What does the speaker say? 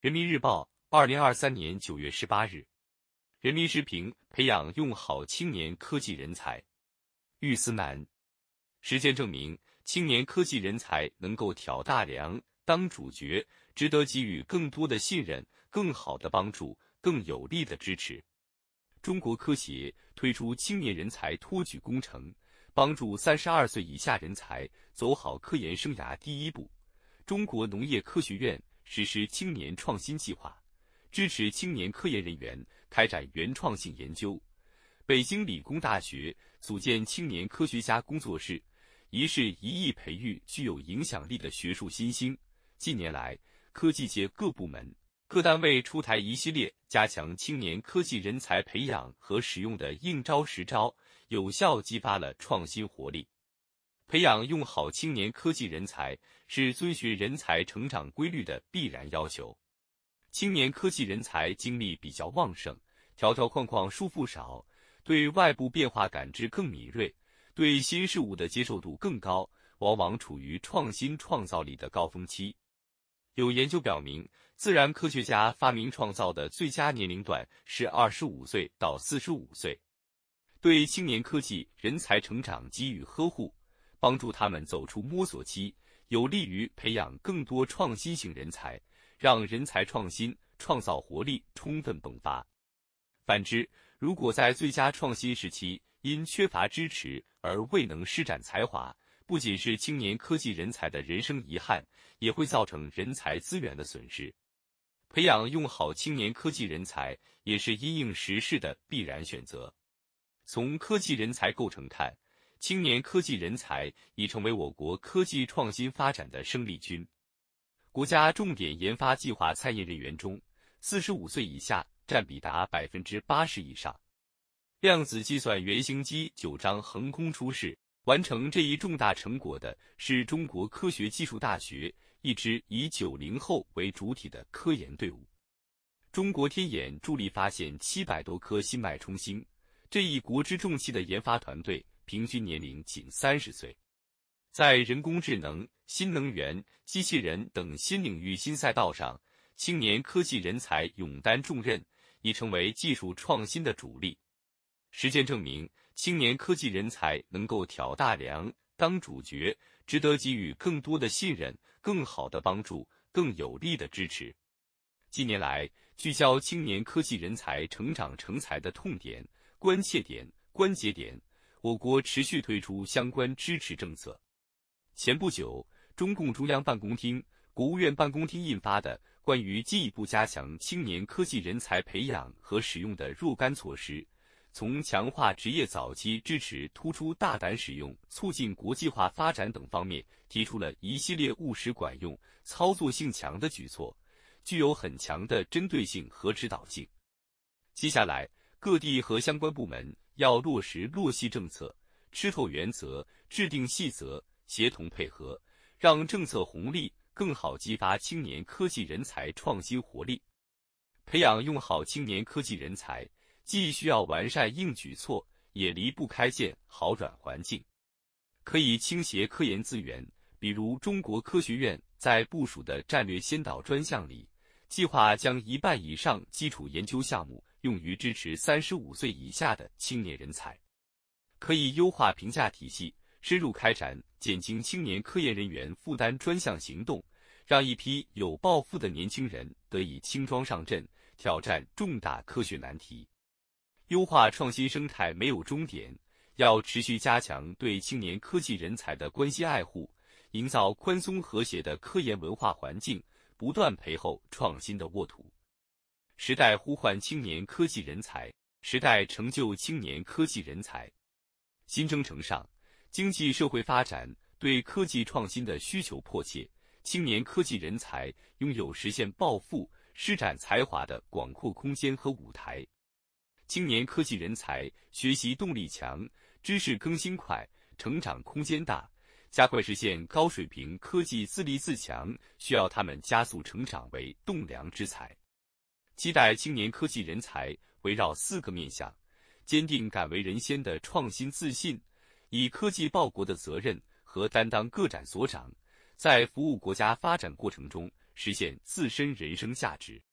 人民日报2023年9月18日，人民时评：培养用好青年科技人才。遇思难。实践证明，青年科技人才能够挑大梁、当主角，值得给予更多的信任、更好的帮助、更有力的支持。中国科协推出青年人才托举工程，帮助32岁以下人才走好科研生涯第一步。中国农业科学院实施青年创新计划，支持青年科研人员开展原创性研究。北京理工大学组建青年科学家工作室，一是一亿培育具有影响力的学术新星。近年来，科技界各部门、各单位出台一系列加强青年科技人才培养和使用的应招实招，有效激发了创新活力。培养用好青年科技人才是遵循人才成长规律的必然要求。青年科技人才精力比较旺盛，条条框框束缚少，对外部变化感知更敏锐，对新事物的接受度更高，往往处于创新创造力的高峰期。有研究表明，自然科学家发明创造的最佳年龄段是25岁到45岁。对青年科技人才成长给予呵护，帮助他们走出摸索期，有利于培养更多创新型人才，让人才创新创造活力充分迸发。反之，如果在最佳创新时期因缺乏支持而未能施展才华，不仅是青年科技人才的人生遗憾，也会造成人才资源的损失。培养用好青年科技人才也是因应时势的必然选择。从科技人才构成看，青年科技人才已成为我国科技创新发展的生力军。国家重点研发计划参研人员中，45岁以下占比达80%以上。量子计算原型机9章横空出世，完成这一重大成果的是中国科学技术大学一支以90后为主体的科研队伍。中国天眼助力发现700多颗新脉冲星，这一国之重器的研发团队平均年龄仅30岁。在人工智能、新能源、机器人等新领域新赛道上，青年科技人才勇担重任，已成为技术创新的主力。实践证明，青年科技人才能够挑大梁、当主角，值得给予更多的信任、更好的帮助、更有力的支持。近年来，聚焦青年科技人才成长成才的痛点、关切点、关节点，我国持续推出相关支持政策。前不久，中共中央办公厅、国务院办公厅印发的关于进一步加强青年科技人才培养和使用的若干措施，从强化职业早期支持突出大胆使用、促进国际化发展等方面，提出了一系列务实管用、操作性强的举措，具有很强的针对性和指导性。接下来，各地和相关部门要落实落细政策，吃透原则，制定细则，协同配合，让政策红利更好激发青年科技人才创新活力。培养用好青年科技人才，既需要完善硬举措，也离不开建好软环境。可以倾斜科研资源，比如中国科学院在部署的战略先导专项里，计划将1半以上基础研究项目用于支持35岁以下的青年人才。可以优化评价体系，深入开展减轻青年科研人员负担专项行动，让一批有抱负的年轻人得以轻装上阵，挑战重大科学难题。优化创新生态没有终点，要持续加强对青年科技人才的关心爱护，营造宽松和谐的科研文化环境，不断培厚创新的沃土。时代呼唤青年科技人才，时代成就青年科技人才。新征程上，经济社会发展对科技创新的需求迫切，青年科技人才拥有实现抱负、施展才华的广阔空间和舞台。青年科技人才学习动力强，知识更新快，成长空间大，加快实现高水平科技自立自强，需要他们加速成长为栋梁之才。期待青年科技人才围绕4个面向，坚定敢为人先的创新自信，以科技报国的责任和担当各展所长，在服务国家发展过程中实现自身人生价值。